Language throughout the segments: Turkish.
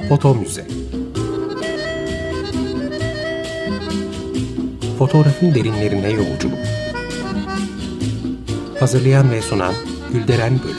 Foto Müze. Fotoğrafın derinlerine yolculuk. Hazırlayan ve sunan Gülderen Bölük.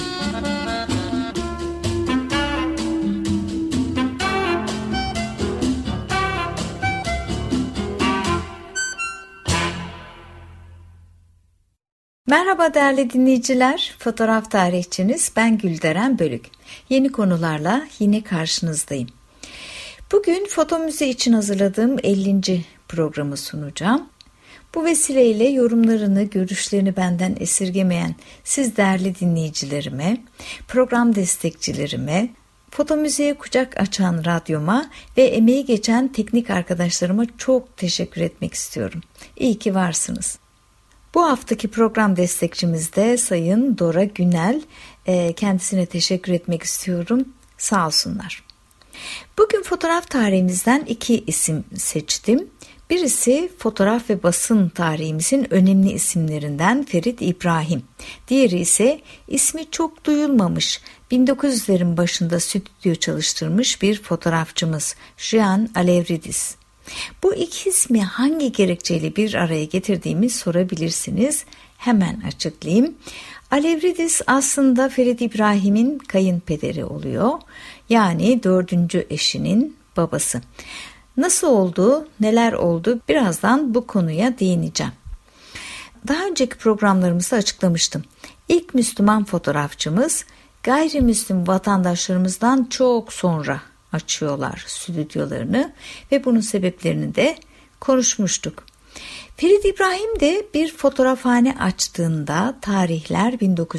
Merhaba değerli dinleyiciler, fotoğraf tarihçiniz ben Gülderen Bölük. Yeni konularla yine karşınızdayım. Bugün Foto Müze için hazırladığım 50. programı sunacağım. Bu vesileyle yorumlarını, görüşlerini benden esirgemeyen siz değerli dinleyicilerime, program destekçilerime, Foto Müze'ye kucak açan radyoma ve emeği geçen teknik arkadaşlarıma çok teşekkür etmek istiyorum. İyi ki varsınız. Bu haftaki program destekçimiz de Sayın Dora Günel. Kendisine teşekkür etmek istiyorum. Sağ olsunlar. Bugün fotoğraf tarihimizden 2 isim seçtim. Birisi fotoğraf ve basın tarihimizin önemli isimlerinden Ferit İbrahim. Diğeri ise ismi çok duyulmamış, 1900'lerin başında stüdyo çalıştırmış bir fotoğrafçımız Jean Alevridis. Bu iki ismi hangi gerekçeyle bir araya getirdiğimi sorabilirsiniz. Hemen açıklayayım. Alevridis aslında Ferit İbrahim'in kayınpederi oluyor. Yani 4. eşinin babası. Nasıl oldu, neler oldu birazdan bu konuya değineceğim. Daha önceki programlarımızda açıklamıştım. İlk Müslüman fotoğrafçımız gayrimüslim vatandaşlarımızdan çok sonra açıyorlar stüdyolarını ve bunun sebeplerini de konuşmuştuk. Ferit İbrahim de bir fotoğrafhane açtığında tarihler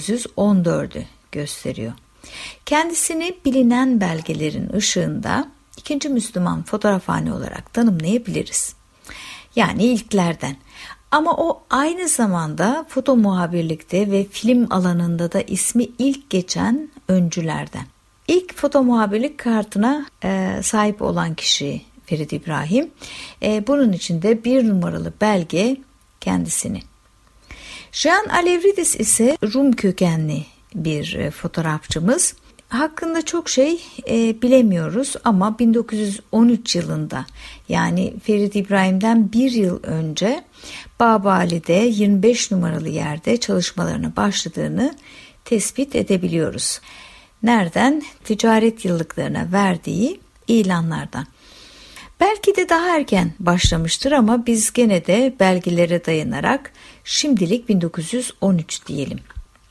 1914'ü gösteriyor. Kendisini bilinen belgelerin ışığında ikinci Müslüman fotoğrafhane olarak tanımlayabiliriz. Yani ilklerden. Ama o aynı zamanda foto muhabirlikte ve film alanında da ismi ilk geçen öncülerden. İlk foto muhabirlik kartına sahip olan kişi Ferit İbrahim. Bunun için de 1 numaralı belge kendisini. Jean Alevridis ise Rum kökenli bir fotoğrafçımız. Hakkında çok şey bilemiyoruz ama 1913 yılında yani Ferit İbrahim'den 1 yıl önce Babali'de 25 numaralı yerde çalışmalarına başladığını tespit edebiliyoruz. Nereden? Ticaret yıllıklarına verdiği ilanlardan. Belki de daha erken başlamıştır ama biz gene de belgelere dayanarak şimdilik 1913 diyelim.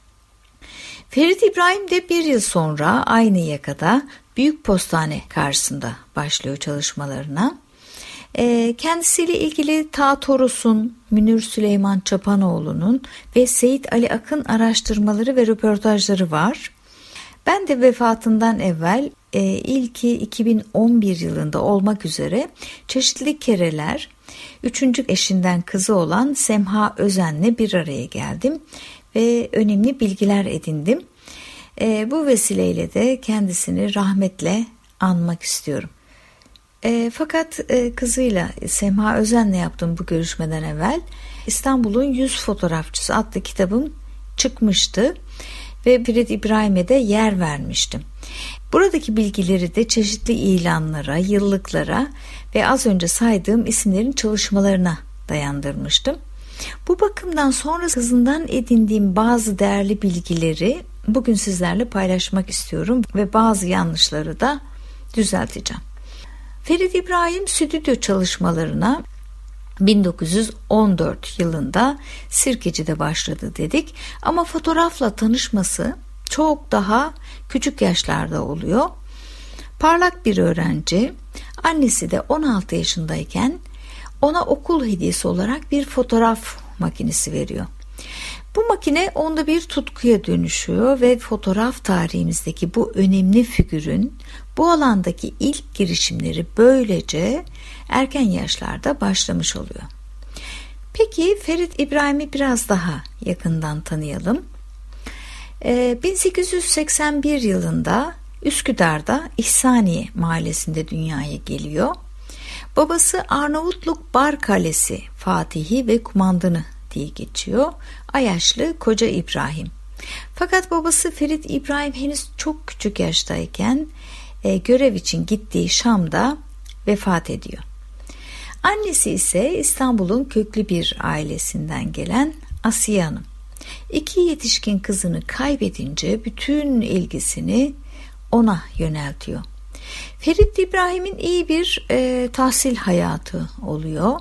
Ferit İbrahim de 1 yıl sonra aynı yakada Büyük Postane karşısında başlıyor çalışmalarına. Kendisiyle ilgili Ta Toros'un, Münir Süleyman Çapanoğlu'nun ve Seyit Ali Akın araştırmaları ve röportajları var. Ben de vefatından evvel ilki 2011 yılında olmak üzere çeşitli kereler 3. eşinden kızı olan Semha Özen'le bir araya geldim ve önemli bilgiler edindim. Bu vesileyle de kendisini rahmetle anmak istiyorum. Fakat kızıyla Semha Özen'le yaptığım bu görüşmeden evvel İstanbul'un 100 Fotoğrafçısı adlı kitabım çıkmıştı. Ve Ferit İbrahim'e de yer vermiştim. Buradaki bilgileri de çeşitli ilanlara, yıllıklara ve az önce saydığım isimlerin çalışmalarına dayandırmıştım. Bu bakımdan sonra kızından edindiğim bazı değerli bilgileri bugün sizlerle paylaşmak istiyorum ve bazı yanlışları da düzelteceğim. Ferit İbrahim stüdyo çalışmalarına 1914 yılında Sirkeci'de başladı dedik ama fotoğrafla tanışması çok daha küçük yaşlarda oluyor. Parlak bir öğrenci, annesi de 16 yaşındayken ona okul hediyesi olarak bir fotoğraf makinesi veriyor. Bu makine onda bir tutkuya dönüşüyor ve fotoğraf tarihimizdeki bu önemli figürün bu alandaki ilk girişimleri böylece erken yaşlarda başlamış oluyor. Peki Ferit İbrahim'i biraz daha yakından tanıyalım. 1881 yılında Üsküdar'da İhsaniye mahallesinde dünyaya geliyor. Babası Arnavutluk Bar Kalesi Fatihi ve kumandanı diye geçiyor. Ayaşlı Koca İbrahim. Fakat babası Ferit İbrahim henüz çok küçük yaştayken görev için gittiği Şam'da vefat ediyor. Annesi ise İstanbul'un köklü bir ailesinden gelen Asiye Hanım. 2 yetişkin kızını kaybedince bütün ilgisini ona yöneltiyor. Ferit İbrahim'in iyi bir tahsil hayatı oluyor.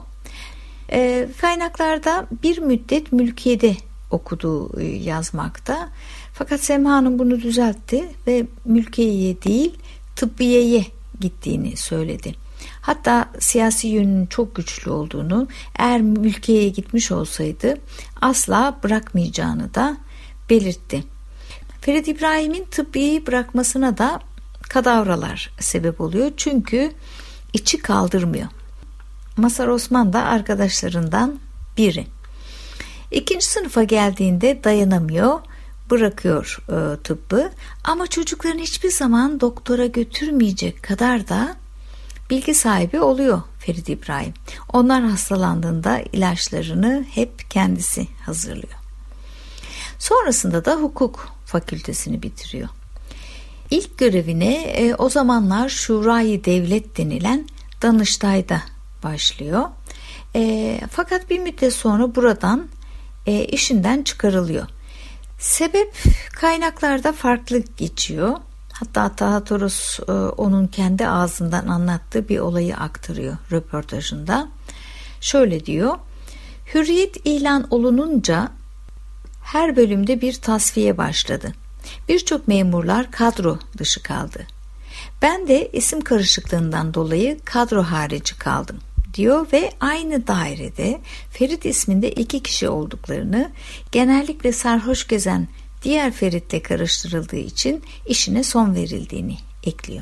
Kaynaklarda bir müddet mülkiyede okuduğu yazmakta. Fakat Semha Hanım bunu düzeltti ve mülkiyeye değil tıbbiyeye gittiğini söyledi. Hatta siyasi yönünün çok güçlü olduğunu, eğer mülkiyeye gitmiş olsaydı asla bırakmayacağını da belirtti. Ferit İbrahim'in tıbbiyeyi bırakmasına da kadavralar sebep oluyor. Çünkü içi kaldırmıyor. Mazhar Osman da arkadaşlarından biri. 2. sınıfa geldiğinde dayanamıyor, bırakıyor tıbbı. Ama çocuklarını hiçbir zaman doktora götürmeyecek kadar da bilgi sahibi oluyor Ferit İbrahim. Onlar hastalandığında ilaçlarını hep kendisi hazırlıyor. Sonrasında da hukuk fakültesini bitiriyor. İlk görevine o zamanlar Şurayı Devlet denilen Danıştay'da başlıyor. Fakat bir müddet sonra buradan işinden çıkarılıyor. Sebep kaynaklarda farklı geçiyor. Hatta Tahatoros onun kendi ağzından anlattığı bir olayı aktarıyor röportajında. Şöyle diyor: Hürriyet ilan olununca her bölümde bir tasfiye başladı. Birçok memurlar kadro dışı kaldı. Ben de isim karışıklığından dolayı kadro harici kaldım diyor ve aynı dairede Ferit isminde 2 kişi olduklarını, genellikle sarhoş gezen diğer Ferit'le karıştırıldığı için işine son verildiğini ekliyor.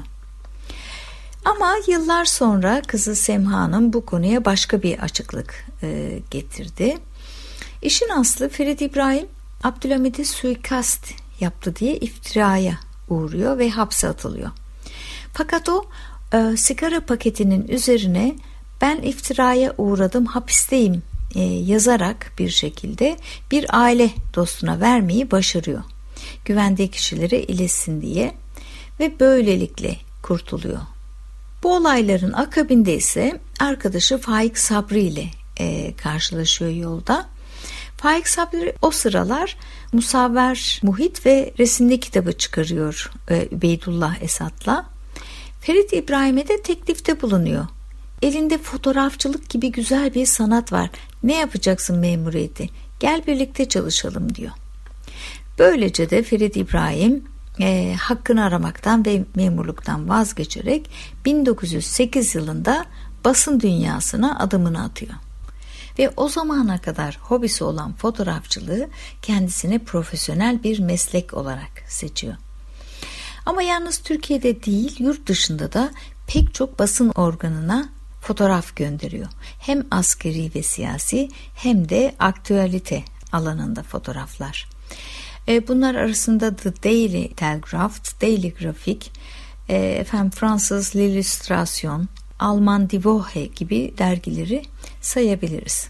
Ama yıllar sonra kızı Semha Hanım bu konuya başka bir açıklık getirdi. İşin aslı Ferit İbrahim Abdülhamid'e suikast yaptı diye iftiraya uğruyor ve hapse atılıyor. Fakat o sigara paketinin üzerine ben iftiraya uğradım, hapisteyim yazarak bir şekilde bir aile dostuna vermeyi başarıyor. Güvendiği kişilere iletsin diye ve böylelikle kurtuluyor. Bu olayların akabinde ise arkadaşı Faik Sabri ile karşılaşıyor yolda. Faik Sabri o sıralar Musavver Muhit ve resimli kitabı çıkarıyor Übeydullah Esat'la. Ferit İbrahim'e de teklifte bulunuyor. Elinde fotoğrafçılık gibi güzel bir sanat var. Ne yapacaksın memuriyeti? Gel birlikte çalışalım diyor. Böylece de Ferit İbrahim hakkını aramaktan ve memurluktan vazgeçerek 1908 yılında basın dünyasına adımını atıyor. Ve o zamana kadar hobisi olan fotoğrafçılığı kendisine profesyonel bir meslek olarak seçiyor. Ama yalnız Türkiye'de değil, yurt dışında da pek çok basın organına fotoğraf gönderiyor. Hem askeri ve siyasi hem de aktüelite alanında fotoğraflar. Bunlar arasında The Daily Telegraph, Daily Graphic, Fransız L'Illustration, Alman Die Woche gibi dergileri sayabiliriz.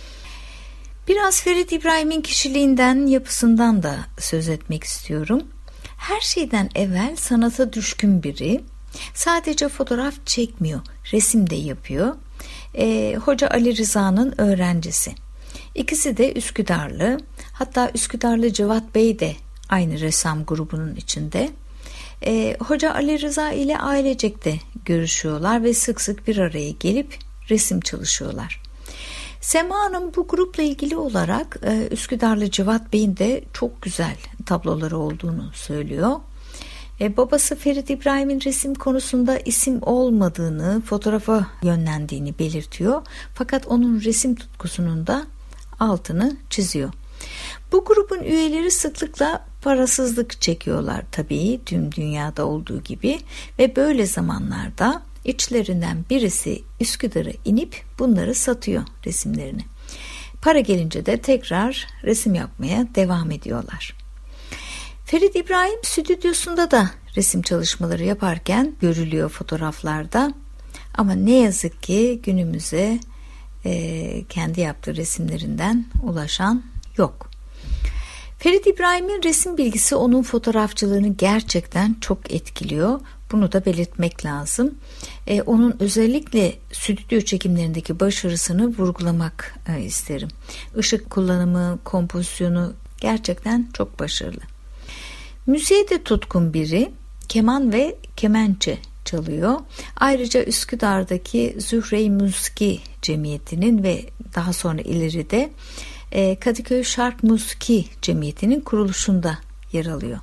Biraz Ferit İbrahim'in kişiliğinden, yapısından da söz etmek istiyorum. Her şeyden evvel sanata düşkün biri. Sadece fotoğraf çekmiyor, resim de yapıyor. Hoca Ali Rıza'nın öğrencisi. İkisi de Üsküdarlı. Hatta Üsküdarlı Cevat Bey de aynı ressam grubunun içinde. Hoca Ali Rıza ile ailecek de görüşüyorlar ve sık sık bir araya gelip resim çalışıyorlar. Sema Hanım bu grupla ilgili olarak Üsküdarlı Cevat Bey'in de çok güzel tabloları olduğunu söylüyor. Babası Ferit İbrahim'in resim konusunda isim olmadığını, fotoğrafa yönlendiğini belirtiyor. Fakat onun resim tutkusunun da altını çiziyor. Bu grubun üyeleri sıklıkla parasızlık çekiyorlar tabii, tüm dünyada olduğu gibi ve böyle zamanlarda içlerinden birisi Üsküdar'a inip bunları satıyor, resimlerini. Para gelince de tekrar resim yapmaya devam ediyorlar. Ferit İbrahim stüdyosunda da resim çalışmaları yaparken görülüyor fotoğraflarda. Ama ne yazık ki günümüze kendi yaptığı resimlerinden ulaşan yok. Ferit İbrahim'in resim bilgisi onun fotoğrafçılığını gerçekten çok etkiliyor. Bunu da belirtmek lazım. Onun özellikle stüdyo çekimlerindeki başarısını vurgulamak isterim. Işık kullanımı, kompozisyonu gerçekten çok başarılı. Müziğe de tutkun biri, keman ve kemençe çalıyor. Ayrıca Üsküdar'daki Zühre-i Musiki Cemiyeti'nin ve daha sonra ileride Kadıköy Şark Musiki Cemiyeti'nin kuruluşunda yer alıyor.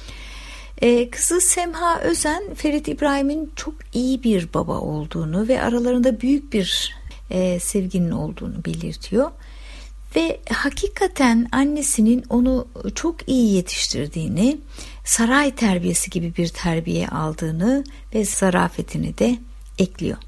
Kızı Semha Özen, Ferit İbrahim'in çok iyi bir baba olduğunu ve aralarında büyük bir sevginin olduğunu belirtiyor. Ve hakikaten annesinin onu çok iyi yetiştirdiğini, saray terbiyesi gibi bir terbiye aldığını ve zarafetini de ekliyor.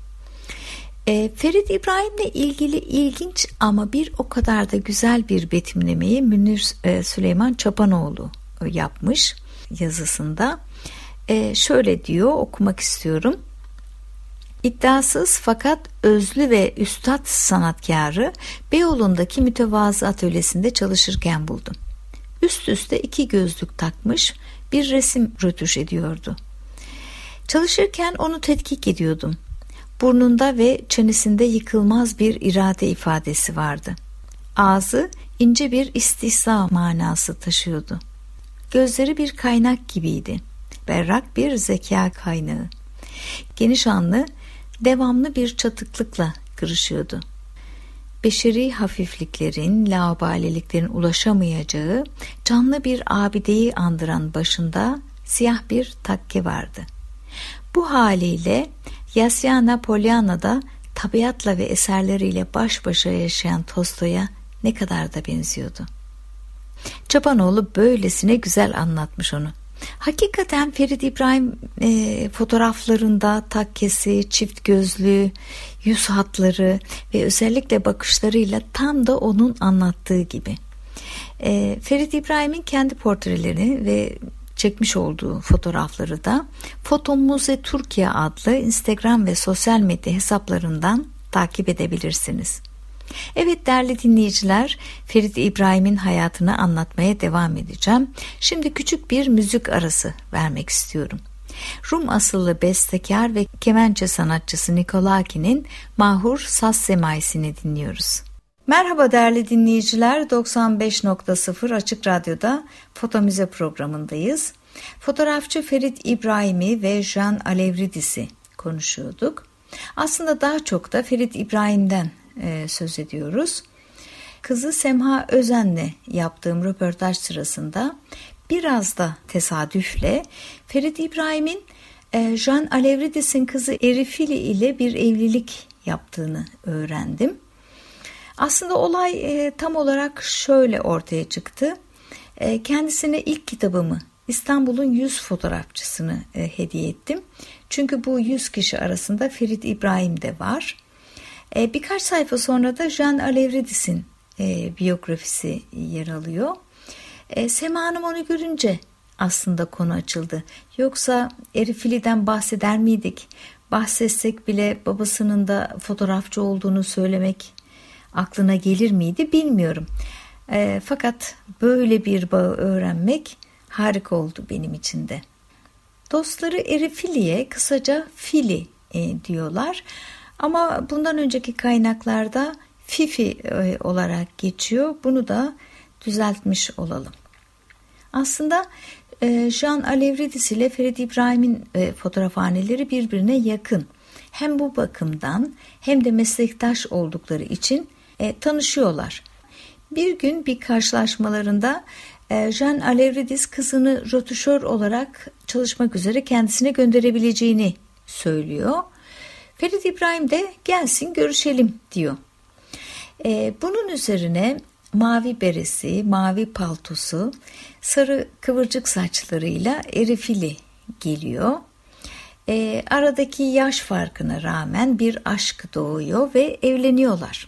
Ferit İbrahim'le ilgili ilginç ama bir o kadar da güzel bir betimlemeyi Münir Süleyman Çapanoğlu yapmış yazısında. Şöyle diyor, okumak istiyorum. İddiasız fakat özlü ve üstad sanatkarı Beyoğlu'ndaki mütevazı atölyesinde çalışırken buldum. Üst üste 2 gözlük takmış bir resim rötuş ediyordu. Çalışırken onu tetkik ediyordum. Burnunda ve çenesinde yıkılmaz bir irade ifadesi vardı. Ağzı ince bir istihza manası taşıyordu. Gözleri bir kaynak gibiydi. Berrak bir zeka kaynağı. Geniş alnı devamlı bir çatıklıkla kırışıyordu. Beşeri hafifliklerin, laubaliliklerin ulaşamayacağı canlı bir abideyi andıran başında siyah bir takke vardı. Bu haliyle Yasyana Polyana'da tabiatla ve eserleriyle baş başa yaşayan Tolstoy'a ne kadar da benziyordu. Çapanoğlu böylesine güzel anlatmış onu. Hakikaten Ferit İbrahim fotoğraflarında takkesi, çift gözlüğü, yüz hatları ve özellikle bakışlarıyla tam da onun anlattığı gibi. Ferit İbrahim'in kendi portrelerini ve çekmiş olduğu fotoğrafları da Foto Muze Türkiye adlı Instagram ve sosyal medya hesaplarından takip edebilirsiniz. Evet değerli dinleyiciler, Ferit İbrahim'in hayatını anlatmaya devam edeceğim. Şimdi küçük bir müzik arası vermek istiyorum. Rum asıllı bestekar ve kemençe sanatçısı Nikolaki'nin mahur saz semaisini dinliyoruz. Merhaba değerli dinleyiciler, 95.0 Açık Radyo'da Foto Müze programındayız. Fotoğrafçı Ferit İbrahim'i ve Jean Alevridis'i konuşuyorduk. Aslında daha çok da Ferit İbrahim'den söz ediyoruz. Kızı Semha Özen'le yaptığım röportaj sırasında biraz da tesadüfle Ferit İbrahim'in Jean Alevridis'in kızı Erifili ile bir evlilik yaptığını öğrendim. Aslında olay tam olarak şöyle ortaya çıktı. Kendisine ilk kitabımı İstanbul'un 100 fotoğrafçısını hediye ettim. Çünkü bu 100 kişi arasında Ferit İbrahim de var. Birkaç sayfa sonra da Jean Alevridis'in biyografisi yer alıyor. Sema Hanım onu görünce aslında konu açıldı. Yoksa Erifili'den bahseder miydik? Bahsetsek bile babasının da fotoğrafçı olduğunu söylemek aklına gelir miydi bilmiyorum. Fakat böyle bir bağı öğrenmek harika oldu benim için de. Dostları Erifili'ye kısaca Fili diyorlar. Ama bundan önceki kaynaklarda Fifi olarak geçiyor. Bunu da düzeltmiş olalım. Aslında Jean Alevridis ile Ferit İbrahim'in fotoğrafhaneleri birbirine yakın. Hem bu bakımdan hem de meslektaş oldukları için tanışıyorlar. Bir gün bir karşılaşmalarında Jean Alevridis kızını rötuşör olarak çalışmak üzere kendisine gönderebileceğini söylüyor. Ferit İbrahim de gelsin görüşelim diyor. Bunun üzerine mavi beresi, mavi paltosu, sarı kıvırcık saçlarıyla Erifili geliyor. Aradaki yaş farkına rağmen bir aşk doğuyor ve evleniyorlar.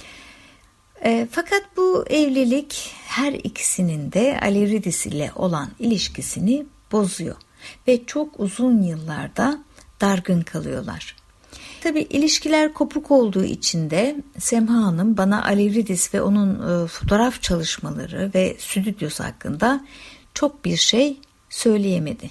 Fakat bu evlilik her ikisinin de Alevridis ile olan ilişkisini bozuyor ve çok uzun yıllarda dargın kalıyorlar. Tabii ilişkiler kopuk olduğu için de Semha Hanım bana Alevridis ve onun fotoğraf çalışmaları ve stüdyosu hakkında çok bir şey söyleyemedi.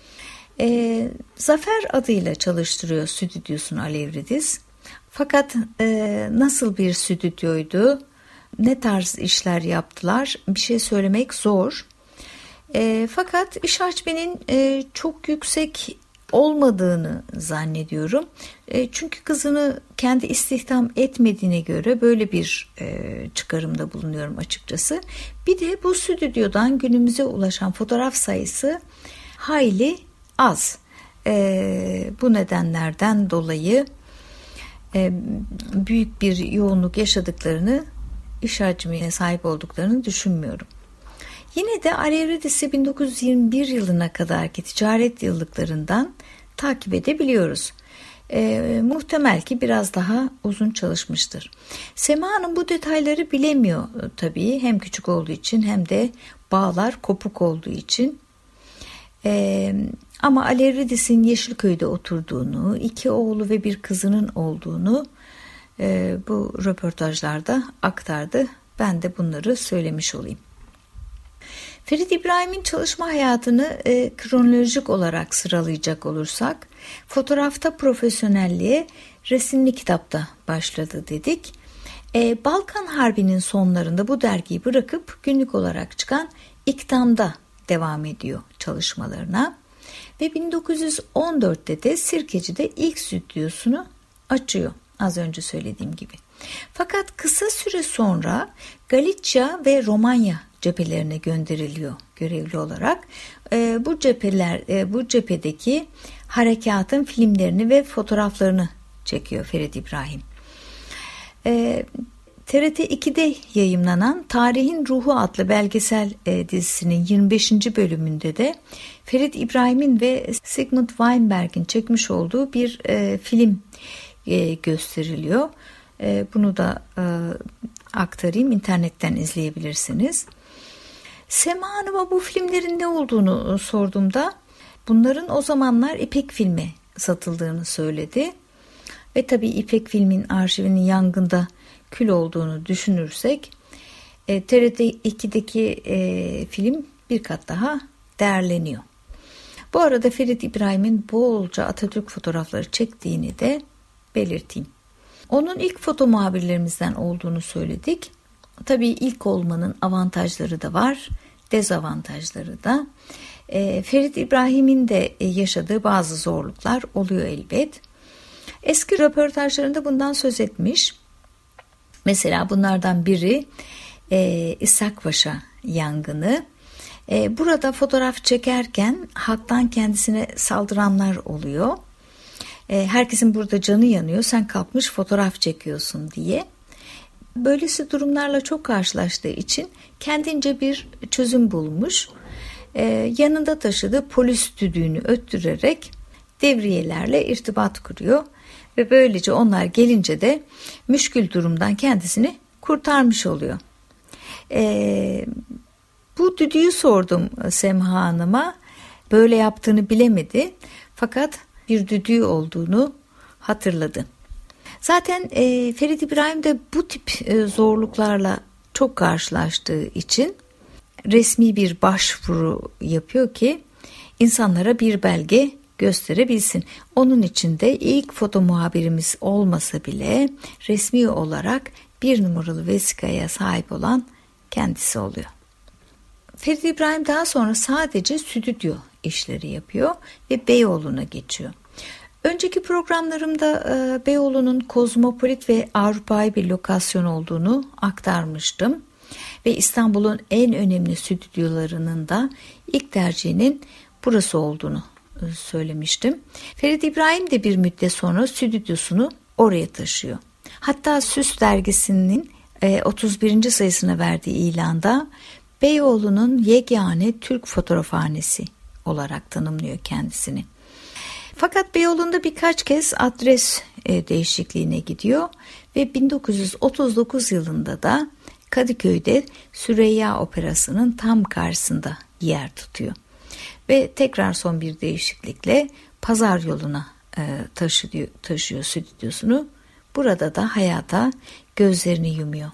Zafer adıyla çalıştırıyor stüdyosunu Alevridis. Fakat nasıl bir stüdyoydu, ne tarz işler yaptılar bir şey söylemek zor. Fakat iş hacminin çok yüksek olmadığını zannediyorum. Çünkü kızını kendi istihdam etmediğine göre böyle bir çıkarımda bulunuyorum açıkçası. Bir de bu stüdyodan günümüze ulaşan fotoğraf sayısı hayli az. Bu nedenlerden dolayı büyük bir yoğunluk yaşadıklarını, iş hacmine sahip olduklarını düşünmüyorum. Yine de Alevridis'i 1921 yılına kadarki ticaret yıllıklarından takip edebiliyoruz. Muhtemel ki biraz daha uzun çalışmıştır. Semha Hanım bu detayları bilemiyor tabii. Hem küçük olduğu için hem de bağlar kopuk olduğu için. Ama Alevridis'in Yeşilköy'de oturduğunu, 2 oğlu ve bir kızının olduğunu bu röportajlarda aktardı. Ben de bunları söylemiş olayım. Ferit İbrahim'in çalışma hayatını kronolojik olarak sıralayacak olursak, fotoğrafta profesyonelliğe resimli kitapta başladı dedik. Balkan Harbi'nin sonlarında bu dergiyi bırakıp günlük olarak çıkan İktam'da devam ediyor çalışmalarına. Ve 1914'te de Sirkeci'de ilk stüdyosunu açıyor, az önce söylediğim gibi. Fakat kısa süre sonra Galicia ve Romanya cephelerine gönderiliyor görevli olarak. Bu cephedeki harekatın filmlerini ve fotoğraflarını çekiyor Ferit İbrahim. TRT 2'de yayımlanan Tarihin Ruhu adlı belgesel dizisinin 25. bölümünde de Ferit İbrahim'in ve Sigmund Weinberg'in çekmiş olduğu bir film gösteriliyor. Bunu da aktarayım, internetten izleyebilirsiniz. Semha Hanım'a bu filmlerin ne olduğunu sorduğumda bunların o zamanlar İpek Film'e satıldığını söyledi. Ve tabii İpek Film'in arşivinin yangında kül olduğunu düşünürsek TRT 2'deki film bir kat daha değerleniyor. Bu arada Ferit İbrahim'in bolca Atatürk fotoğrafları çektiğini de belirteyim. Onun ilk foto muhabirlerimizden olduğunu söyledik. Tabii ilk olmanın avantajları da var, dezavantajları da. Ferit İbrahim'in de yaşadığı bazı zorluklar oluyor elbet. Eski röportajlarında bundan söz etmiş. Mesela bunlardan biri İshakpaşa yangını. Burada fotoğraf çekerken halktan kendisine saldıranlar oluyor. Herkesin burada canı yanıyor, sen kalkmış fotoğraf çekiyorsun diye. Böylesi durumlarla çok karşılaştığı için kendince bir çözüm bulmuş. Yanında taşıdığı polis düdüğünü öttürerek devriyelerle irtibat kuruyor. Ve böylece onlar gelince de müşkül durumdan kendisini kurtarmış oluyor. Bu düdüğü sordum Semha Hanım'a. Böyle yaptığını bilemedi. Fakat bir düdüğü olduğunu hatırladı. Zaten Ferit İbrahim de bu tip zorluklarla çok karşılaştığı için resmi bir başvuru yapıyor ki insanlara bir belge gösterebilsin. Onun için de ilk foto muhabirimiz olmasa bile resmi olarak 1 numaralı vesikaya sahip olan kendisi oluyor. Ferit İbrahim daha sonra sadece stüdyo işleri yapıyor ve Beyoğlu'na geçiyor. Önceki programlarımda Beyoğlu'nun kozmopolit ve Avrupa'yı bir lokasyon olduğunu aktarmıştım. Ve İstanbul'un en önemli stüdyolarının da ilk tercihinin burası olduğunu söylemiştim. Ferit İbrahim de bir müddet sonra stüdyosunu oraya taşıyor. Hatta Süs dergisinin 31. sayısına verdiği ilanda Beyoğlu'nun yegane Türk fotoğrafhanesi olarak tanımlıyor kendisini. Fakat Beyoğlu'nda birkaç kez adres değişikliğine gidiyor ve 1939 yılında da Kadıköy'de Süreyya Operası'nın tam karşısında yer tutuyor. Ve tekrar son bir değişiklikle Pazar Yolu'na taşıyor stüdyosunu. Burada da hayata gözlerini yumuyor.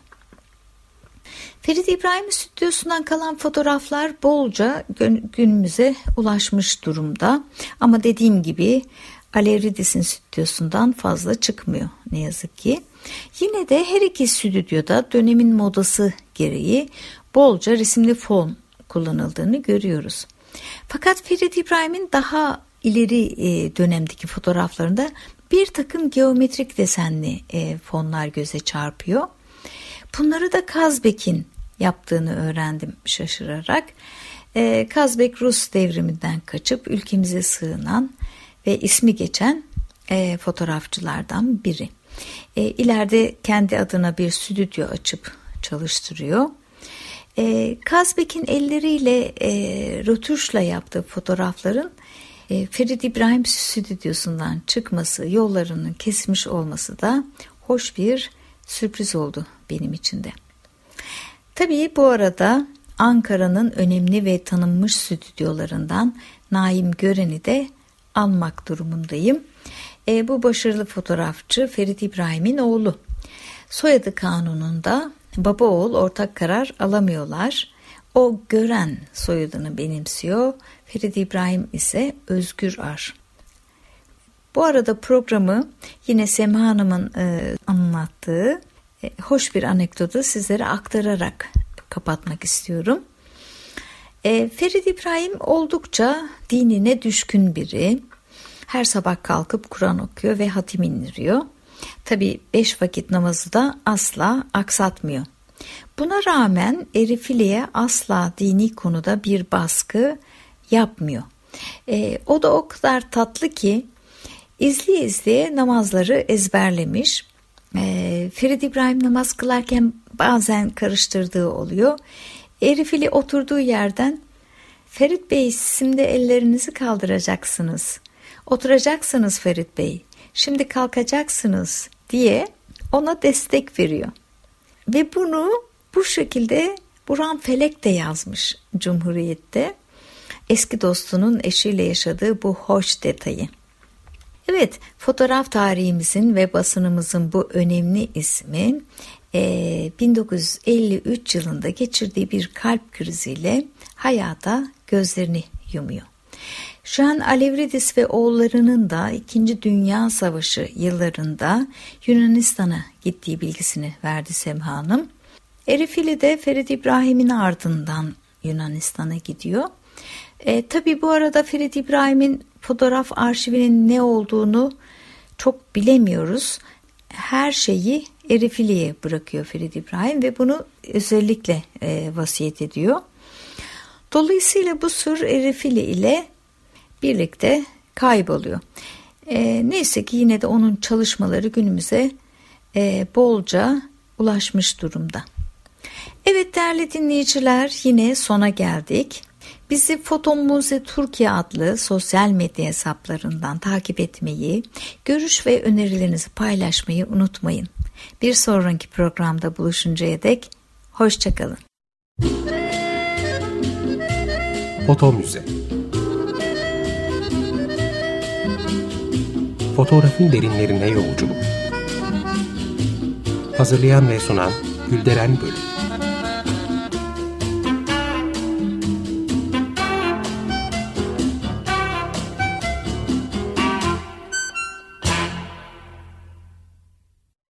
Ferit İbrahim stüdyosundan kalan fotoğraflar bolca günümüze ulaşmış durumda. Ama dediğim gibi Alevridis'in stüdyosundan fazla çıkmıyor ne yazık ki. Yine de her iki stüdyoda dönemin modası gereği bolca resimli fon kullanıldığını görüyoruz. Fakat Ferit İbrahim'in daha ileri dönemdeki fotoğraflarında bir takım geometrik desenli fonlar göze çarpıyor. Bunları da Kazbek'in yaptığını öğrendim şaşırarak. Kazbek Rus devriminden kaçıp ülkemize sığınan ve ismi geçen fotoğrafçılardan biri. İleride kendi adına bir stüdyo açıp çalıştırıyor. Kazbek'in elleriyle rötuşla yaptığı fotoğrafların Ferit İbrahim stüdyosundan çıkması, yollarının kesmiş olması da hoş bir sürpriz oldu benim için de. Tabii bu arada Ankara'nın önemli ve tanınmış stüdyolarından Naim Gören'i de anmak durumundayım. Bu başarılı fotoğrafçı Ferit İbrahim'in oğlu. Soyadı kanununda baba oğul ortak karar alamıyorlar. O Gören soyadını benimsiyor. Ferit İbrahim ise Özgür Ar. Bu arada programı yine Semha Hanım'ın anlattığı hoş bir anekdotu sizlere aktararak kapatmak istiyorum. Ferit İbrahim oldukça dinine düşkün biri. Her sabah kalkıp Kur'an okuyor ve hatim indiriyor. Tabii 5 vakit namazı da asla aksatmıyor. Buna rağmen Erifili'ye asla dini konuda bir baskı yapmıyor. O da o kadar tatlı ki izleye namazları ezberlemiş. Ferit İbrahim namaz kılarken bazen karıştırdığı oluyor. Erifili oturduğu yerden Ferit Bey şimdi ellerinizi kaldıracaksınız. Oturacaksınız Ferit Bey. Şimdi kalkacaksınız diye ona destek veriyor. Ve bunu bu şekilde Burhan Felek de yazmış Cumhuriyet'te. Eski dostunun eşiyle yaşadığı bu hoş detayı. Evet, fotoğraf tarihimizin ve basınımızın bu önemli ismi 1953 yılında geçirdiği bir kalp kriziyle hayata gözlerini yumuyor. Jean Alevridis ve oğullarının da 2. Dünya Savaşı yıllarında Yunanistan'a gittiği bilgisini verdi Semha Hanım. Erifili de Ferit İbrahim'in ardından Yunanistan'a gidiyor. Tabii bu arada Ferit İbrahim'in fotoğraf arşivinin ne olduğunu çok bilemiyoruz. Her şeyi Erifili'ye bırakıyor Ferit İbrahim ve bunu özellikle vasiyet ediyor. Dolayısıyla bu sır Erifili ile birlikte kayboluyor. Neyse ki yine de onun çalışmaları günümüze bolca ulaşmış durumda. Evet değerli dinleyiciler, yine sona geldik. Bizi Foto Muze Türkiye adlı sosyal medya hesaplarından takip etmeyi, görüş ve önerilerinizi paylaşmayı unutmayın. Bir sonraki programda buluşuncaya dek hoşça kalın. Foto Müze. Fotoğrafın derinlerine yolculuk. Hazırlayan ve sunan Gülderen Bölük.